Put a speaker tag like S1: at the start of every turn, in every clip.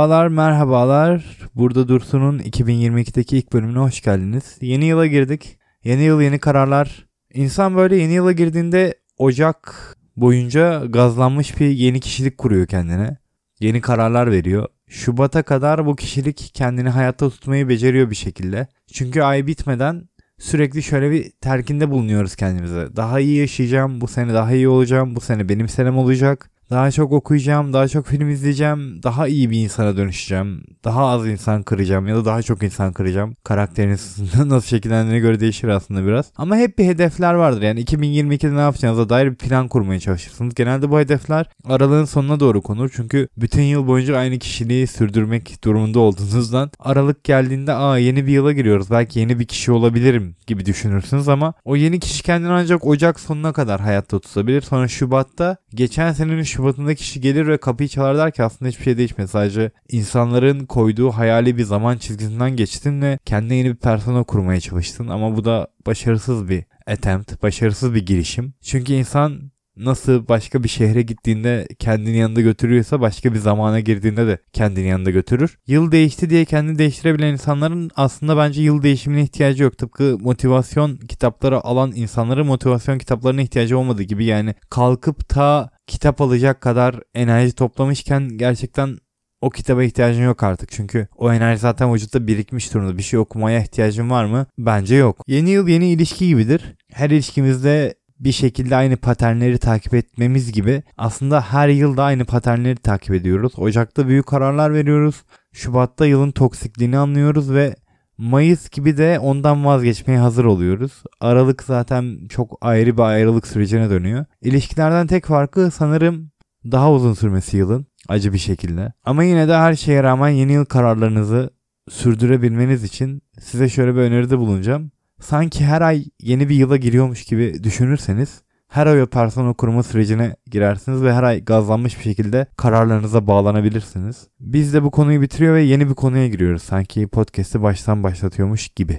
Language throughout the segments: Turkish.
S1: Merhabalar. Burada Dursun'un 2022'deki ilk bölümüne hoş geldiniz. Yeni yıla girdik. Yeni yıl, yeni kararlar. İnsan böyle yeni yıla girdiğinde Ocak boyunca gazlanmış bir yeni kişilik kuruyor kendine. Yeni kararlar veriyor. Şubat'a kadar bu kişilik kendini hayatta tutmayı beceriyor bir şekilde. Çünkü ay bitmeden sürekli şöyle bir telkinde bulunuyoruz kendimize. Daha iyi yaşayacağım, bu sene daha iyi olacağım, bu sene benim senem olacak. Daha çok okuyacağım, daha çok film izleyeceğim, daha iyi bir insana dönüşeceğim, daha az insan kıracağım ya da daha çok insan kıracağım. Karakteriniz nasıl şekillendiğine göre değişir aslında biraz. Ama hep bir hedefler vardır. Yani 2022'de ne yapacağınıza dair bir plan kurmaya çalışırsınız. Genelde bu hedefler aralığın sonuna doğru konur. Çünkü bütün yıl boyunca aynı kişiliği sürdürmek durumunda olduğunuzdan Aralık geldiğinde yeni bir yıla giriyoruz, belki yeni bir kişi olabilirim gibi düşünürsünüz ama o yeni kişi kendini ancak Ocak sonuna kadar hayatta tutabilir. Sonra Şubat'ta geçen senenin Şubat'ında kişi gelir ve kapıyı çalar der ki aslında hiçbir şey değişmedi. Sadece insanların koyduğu hayali bir zaman çizgisinden geçtin ve kendine yeni bir persona kurmaya çalıştın. Ama bu da başarısız bir başarısız bir girişim. Çünkü insan nasıl başka bir şehre gittiğinde kendini yanında götürüyorsa başka bir zamana girdiğinde de kendini yanında götürür. Yıl değişti diye kendini değiştirebilen insanların aslında bence yıl değişimine ihtiyacı yok. Tıpkı motivasyon kitapları alan insanların motivasyon kitaplarına ihtiyacı olmadığı gibi, yani kalkıp kitap alacak kadar enerji toplamışken gerçekten o kitaba ihtiyacın yok artık. Çünkü o enerji zaten vücutta birikmiş durumda. Bir şey okumaya ihtiyacın var mı? Bence yok. Yeni yıl yeni ilişki gibidir. Her ilişkimizde bir şekilde aynı paternleri takip etmemiz gibi aslında her yılda aynı paternleri takip ediyoruz. Ocak'ta büyük kararlar veriyoruz. Şubat'ta yılın toksikliğini anlıyoruz ve Mayıs gibi de ondan vazgeçmeye hazır oluyoruz. Aralık zaten çok ayrı bir ayrılık sürecine dönüyor. İlişkilerden tek farkı sanırım daha uzun sürmesi yılın, acı bir şekilde. Ama yine de her şeye rağmen yeni yıl kararlarınızı sürdürebilmeniz için size şöyle bir öneride bulunacağım. Sanki her ay yeni bir yıla giriyormuş gibi düşünürseniz her ay o persona kurma sürecine girersiniz ve her ay gazlanmış bir şekilde kararlarınıza bağlanabilirsiniz. Biz de bu konuyu bitiriyor ve yeni bir konuya giriyoruz. Sanki podcast'i baştan başlatıyormuş gibi.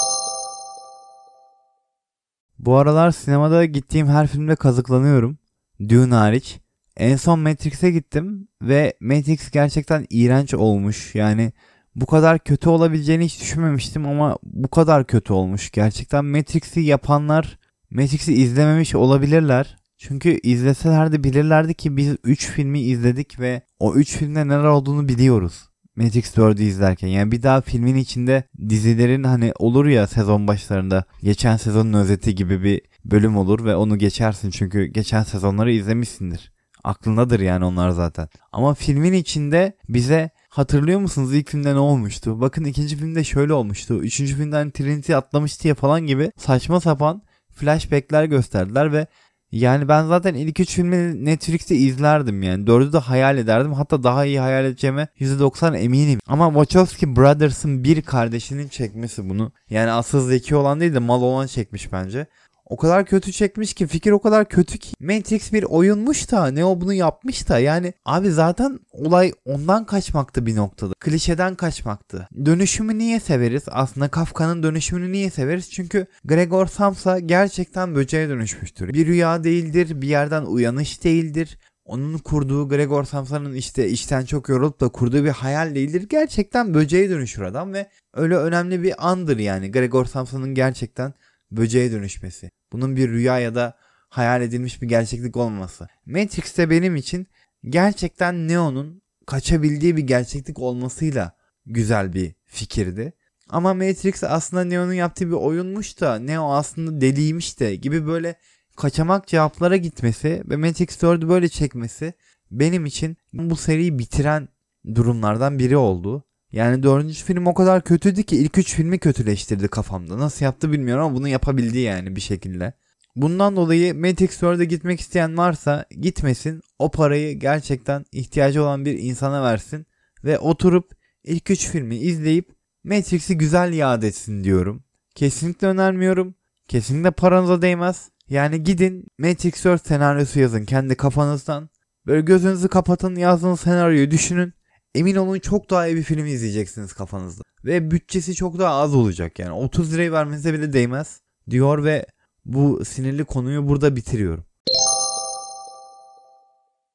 S1: Bu aralar sinemada gittiğim her filmde kazıklanıyorum. Dune hariç. En son Matrix'e gittim ve Matrix gerçekten iğrenç olmuş. Yani bu kadar kötü olabileceğini hiç düşünmemiştim ama bu kadar kötü olmuş. Gerçekten Matrix'i yapanlar Matrix'i izlememiş olabilirler. Çünkü izleselerdi bilirlerdi ki biz 3 filmi izledik ve o 3 filmde neler olduğunu biliyoruz. Matrix 4'ü izlerken yani bir daha filmin içinde dizilerin hani olur ya sezon başlarında geçen sezonun özeti gibi bir bölüm olur ve onu geçersin çünkü geçen sezonları izlemişsindir. Aklındadır yani onlar zaten. Ama filmin içinde bize hatırlıyor musunuz ilk filmde ne olmuştu? Bakın ikinci filmde şöyle olmuştu. Üçüncü filmden Trinity atlamıştı ya falan gibi saçma sapan flashbackler gösterdiler ve yani ben zaten ilk 3 filmi Netflix'te izlerdim yani. 4'ü de hayal ederdim. Hatta daha iyi hayal edeceğime %90 eminim. Ama Wachowski Brothers'ın bir kardeşinin çekmesi bunu. Yani asıl zeki olan değil de mal olan çekmiş bence. O kadar kötü çekmiş ki, fikir o kadar kötü ki. Matrix bir oyunmuş da Neo bunu yapmış da yani abi zaten olay ondan kaçmaktı bir noktada. Klişeden kaçmaktı. Dönüşümü niye severiz? Aslında Kafka'nın dönüşümünü niye severiz? Çünkü Gregor Samsa gerçekten böceğe dönüşmüştür. Bir rüya değildir, bir yerden uyanış değildir. Onun kurduğu Gregor Samsa'nın işte işten çok yorulup da kurduğu bir hayal değildir. Gerçekten böceğe dönüşür adam ve öyle önemli bir andır yani Gregor Samsa'nın gerçekten böceğe dönüşmesi. Bunun bir rüya ya da hayal edilmiş bir gerçeklik olmaması. Matrix'te benim için gerçekten Neo'nun kaçabildiği bir gerçeklik olmasıyla güzel bir fikirdi. Ama Matrix aslında Neo'nun yaptığı bir oyunmuş da Neo aslında deliymiş de gibi böyle kaçamak cevaplara gitmesi ve Matrix 4'ü böyle çekmesi benim için bu seriyi bitiren durumlardan biri oldu. Yani 4. film o kadar kötüydü ki ilk 3 filmi kötüleştirdi kafamda. Nasıl yaptı bilmiyorum ama bunu yapabildi yani bir şekilde. Bundan dolayı Matrix 4'e gitmek isteyen varsa gitmesin. O parayı gerçekten ihtiyacı olan bir insana versin. Ve oturup ilk 3 filmi izleyip Matrix'i güzel yad etsin diyorum. Kesinlikle önermiyorum. Kesinlikle paranıza değmez. Yani gidin Matrix 4 senaryosu yazın kendi kafanızdan. Böyle gözünüzü kapatın, yazdığınız senaryoyu düşünün. Emin olun çok daha iyi bir film izleyeceksiniz kafanızda. Ve bütçesi çok daha az olacak yani. 30 lirayı vermenize bile değmez diyor ve bu sinirli konuyu burada bitiriyorum.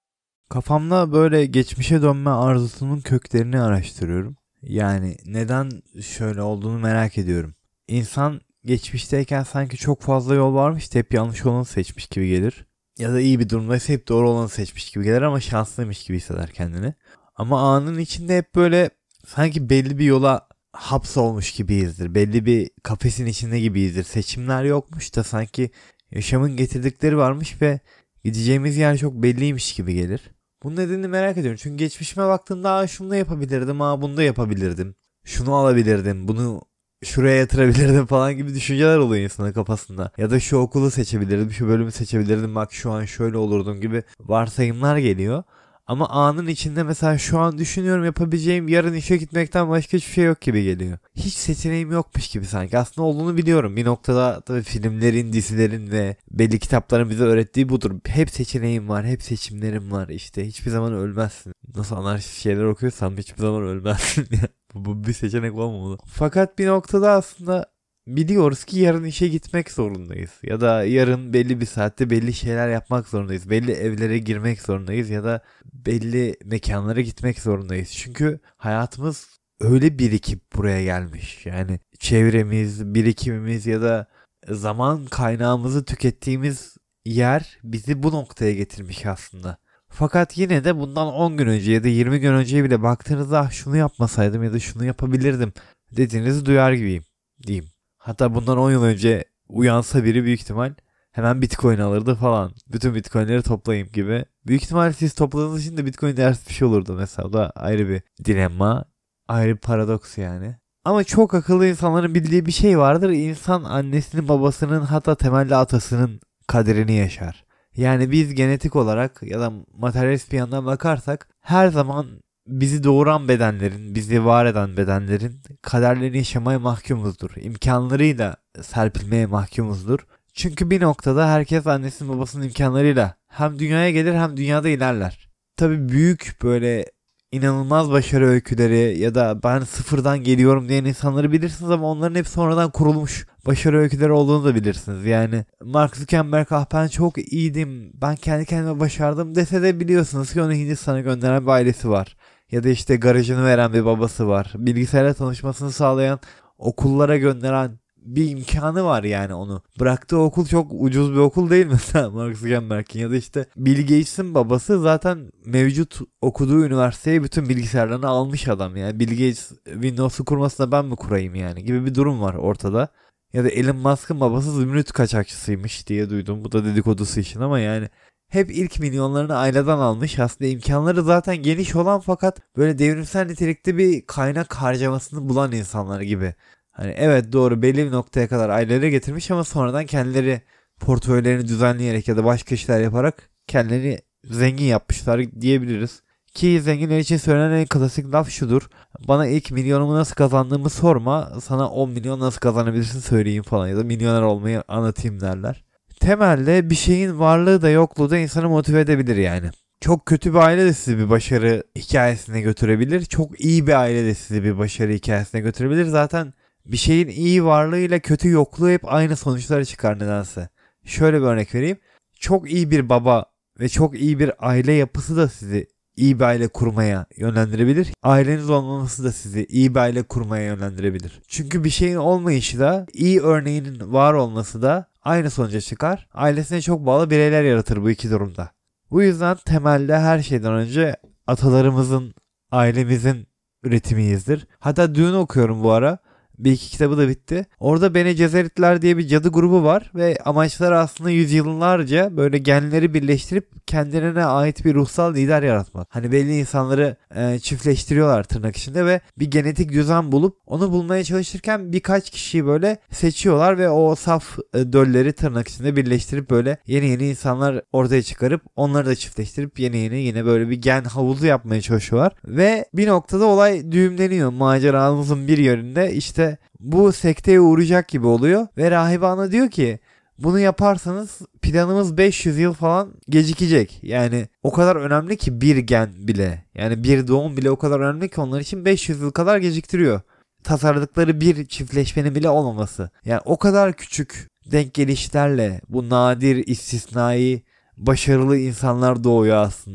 S1: Kafamda böyle geçmişe dönme arzusunun köklerini araştırıyorum. Yani neden şöyle olduğunu merak ediyorum. İnsan geçmişteyken sanki çok fazla yol varmış da hep yanlış olanı seçmiş gibi gelir. Ya da iyi bir durumdaysa hep doğru olanı seçmiş gibi gelir ama şanslıymış gibi hisseder kendini. Ama anın içinde hep böyle sanki belli bir yola hapsolmuş gibiyizdir. Belli bir kafesin içinde gibiyizdir. Seçimler yokmuş da sanki yaşamın getirdikleri varmış ve gideceğimiz yer çok belliymiş gibi gelir. Bunun nedenini merak ediyorum. Çünkü geçmişime baktığımda şunu da yapabilirdim, bunu da yapabilirdim. Şunu alabilirdim, bunu şuraya yatırabilirdim falan gibi düşünceler oluyor insanın kafasında. Ya da şu okulu seçebilirdim, şu bölümü seçebilirdim, bak şu an şöyle olurdum gibi varsayımlar geliyor. Ama anın içinde mesela şu an düşünüyorum yapabileceğim yarın işe gitmekten başka hiçbir şey yok gibi geliyor. Hiç seçeneğim yokmuş gibi sanki. Aslında olduğunu biliyorum. Bir noktada tabii filmlerin, dizilerin ve belli kitapların bize öğrettiği budur. Hep seçeneğim var, hep seçimlerim var. İşte hiçbir zaman ölmezsin. Nasıl anarşist şeyler okuyorsam hiçbir zaman ölmezsin ya. Bu bir seçenek olmamalı. Fakat bir noktada aslında biliyoruz ki yarın işe gitmek zorundayız. Ya da yarın belli bir saatte belli şeyler yapmak zorundayız. Belli evlere girmek zorundayız ya da belli mekanlara gitmek zorundayız. Çünkü hayatımız öyle birikip buraya gelmiş. Yani çevremiz, birikimimiz ya da zaman kaynağımızı tükettiğimiz yer bizi bu noktaya getirmiş aslında. Fakat yine de bundan 10 gün önce ya da 20 gün önce bile baktığınızda şunu yapmasaydım ya da şunu yapabilirdim dediğinizi duyar gibiyim diyeyim. Hatta bundan 10 yıl önce uyansa biri büyük ihtimal hemen Bitcoin alırdı falan. Bütün Bitcoin'leri toplayayım gibi. Büyük ihtimal siz topladığınız için de Bitcoin değersiz bir şey olurdu mesela. O da ayrı bir dilemma. Ayrı bir paradoks yani. Ama çok akıllı insanların bildiği bir şey vardır. İnsan annesinin, babasının, hatta temelde atasının kaderini yaşar. Yani biz genetik olarak ya da materyalist bir yandan bakarsak her zaman bizi doğuran bedenlerin, bizi var eden bedenlerin kaderlerini yaşamaya mahkumuzdur. İmkanlarıyla serpilmeye mahkumuzdur. Çünkü bir noktada herkes annesinin babasının imkanlarıyla hem dünyaya gelir hem dünyada ilerler. Tabii büyük böyle inanılmaz başarı öyküleri ya da ben sıfırdan geliyorum diyen insanları bilirsiniz ama onların hep sonradan kurulmuş başarı öyküleri olduğunu da bilirsiniz. Yani Mark Zuckerberg ben çok iyiydim, ben kendi kendime başardım dese de biliyorsunuz ki onu Hindistan'a gönderen bir ailesi var. Ya da işte garajını veren bir babası var. Bilgisayarla tanışmasını sağlayan, okullara gönderen bir imkanı var yani onu. Bıraktığı okul çok ucuz bir okul değil mesela Mark Zuckerberg'in ya da işte Bill Gates'in babası zaten mevcut okuduğu üniversiteye bütün bilgisayarlarını almış adam yani. Bill Gates Windows'u kurmasına ben mi kurayım yani gibi bir durum var ortada. Ya da Elon Musk'ın babası zümrüt kaçakçısıymış diye duydum. Bu da dedikodusu için ama yani hep ilk milyonlarını aileden almış. Aslında imkanları zaten geniş olan fakat böyle devrimsel nitelikte bir kaynak harcamasını bulan insanlar gibi. Hani evet doğru belli bir noktaya kadar aileleri getirmiş ama sonradan kendileri portföylerini düzenleyerek ya da başka işler yaparak kendilerini zengin yapmışlar diyebiliriz. Ki zenginler için söylenen en klasik laf şudur. Bana ilk milyonumu nasıl kazandığımı sorma. Sana 10 milyon nasıl kazanabilirsin söyleyeyim falan ya da milyoner olmayı anlatayım derler. Temelde bir şeyin varlığı da yokluğu da insanı motive edebilir yani. Çok kötü bir aile de sizi bir başarı hikayesine götürebilir. Çok iyi bir aile de sizi bir başarı hikayesine götürebilir. Zaten bir şeyin iyi varlığıyla kötü yokluğu hep aynı sonuçlara çıkar nedense. Şöyle bir örnek vereyim. Çok iyi bir baba ve çok iyi bir aile yapısı da sizi iyi bir aile kurmaya yönlendirebilir. Aileniz olmaması da sizi iyi bir aile kurmaya yönlendirebilir. Çünkü bir şeyin olmayışı da iyi örneğinin var olması da aynı sonuca çıkar. Ailesine çok bağlı bireyler yaratır bu iki durumda. Bu yüzden temelde her şeyden önce atalarımızın, ailemizin üretimiyizdir. Hatta Dune okuyorum bu ara. Bir iki kitabı da bitti. Orada Bene Gesseritler diye bir cadı grubu var ve amaçları aslında yüzyıllarca böyle genleri birleştirip kendilerine ait bir ruhsal lider yaratmak. Hani belli insanları çiftleştiriyorlar tırnak içinde ve bir genetik düzen bulup onu bulmaya çalışırken birkaç kişiyi böyle seçiyorlar ve o saf dölleri tırnak içinde birleştirip böyle yeni yeni insanlar ortaya çıkarıp onları da çiftleştirip yeni yeni yine böyle bir gen havuzu yapmaya çalışıyorlar. Ve bir noktada olay düğümleniyor. Maceramızın bir yönünde işte bu sekteye uğrayacak gibi oluyor ve rahibe ana diyor ki bunu yaparsanız planımız 500 yıl falan gecikecek. Yani o kadar önemli ki bir gen bile yani bir doğum bile o kadar önemli ki onlar için 500 yıl kadar geciktiriyor. Tasarladıkları bir çiftleşmenin bile olmaması. Yani o kadar küçük denk gelişlerle bu nadir istisnai başarılı insanlar doğuyor aslında.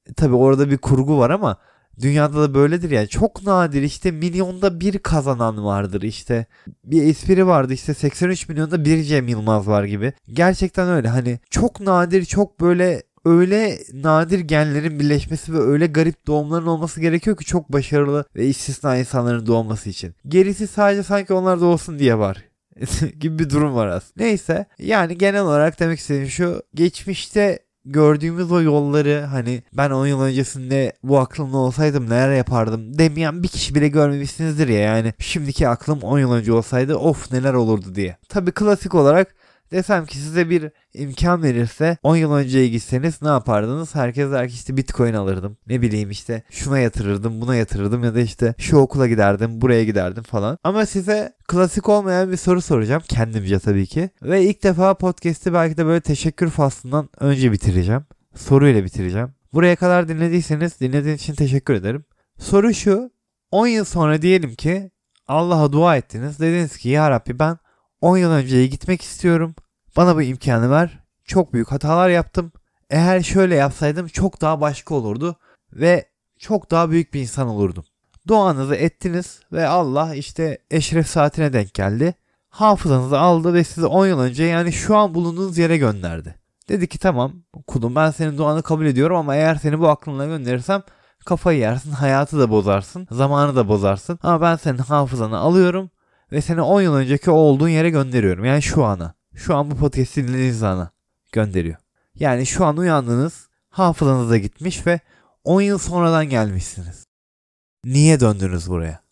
S1: Tabii orada bir kurgu var ama dünyada da böyledir yani. Çok nadir işte milyonda bir kazanan vardır işte. Bir espri vardı işte 83 milyonda bir Cem Yılmaz var gibi. Gerçekten öyle hani çok nadir, çok böyle öyle nadir genlerin birleşmesi ve öyle garip doğumların olması gerekiyor ki çok başarılı ve istisna insanların doğması için. Gerisi sadece sanki onlar da olsun diye var. gibi bir durum var aslında. Neyse yani genel olarak demek istediğim şu: geçmişte gördüğümüz o yolları, hani ben 10 yıl öncesinde bu aklımla olsaydım neler yapardım demeyen bir kişi bile görmemişsinizdir ya. Yani şimdiki aklım 10 yıl önce olsaydı of neler olurdu diye. Tabii klasik olarak desem ki size bir imkan verirse 10 yıl önceye gitseniz ne yapardınız? Herkes der ki işte Bitcoin alırdım. Ne bileyim işte şuna yatırırdım, buna yatırırdım ya da işte şu okula giderdim, buraya giderdim falan. Ama size klasik olmayan bir soru soracağım. Kendimce tabii ki. Ve ilk defa podcast'i belki de böyle teşekkür faslından önce bitireceğim. Soruyla bitireceğim. Buraya kadar dinlediyseniz dinlediğiniz için teşekkür ederim. Soru şu: 10 yıl sonra diyelim ki Allah'a dua ettiniz. Dediniz ki ya Rabbi ben 10 yıl önceye gitmek istiyorum. Bana bu imkanı ver. Çok büyük hatalar yaptım. Eğer şöyle yapsaydım çok daha başka olurdu ve çok daha büyük bir insan olurdum. Duanızı ettiniz ve Allah işte eşref saatine denk geldi. Hafızanızı aldı ve sizi 10 yıl önce, yani şu an bulunduğunuz yere gönderdi. Dedi ki tamam kulum, ben senin duanı kabul ediyorum ama eğer seni bu aklınla gönderirsem kafayı yersin, hayatı da bozarsın, zamanı da bozarsın. Ama ben senin hafızanı alıyorum ve seni 10 yıl önceki o olduğun yere gönderiyorum. Yani şu ana. Şu an bu podcast'i dinlediğiniz ana gönderiyor. Yani şu an uyandınız, hafızanıza gitmiş ve 10 yıl sonradan gelmişsiniz. Niye döndünüz buraya?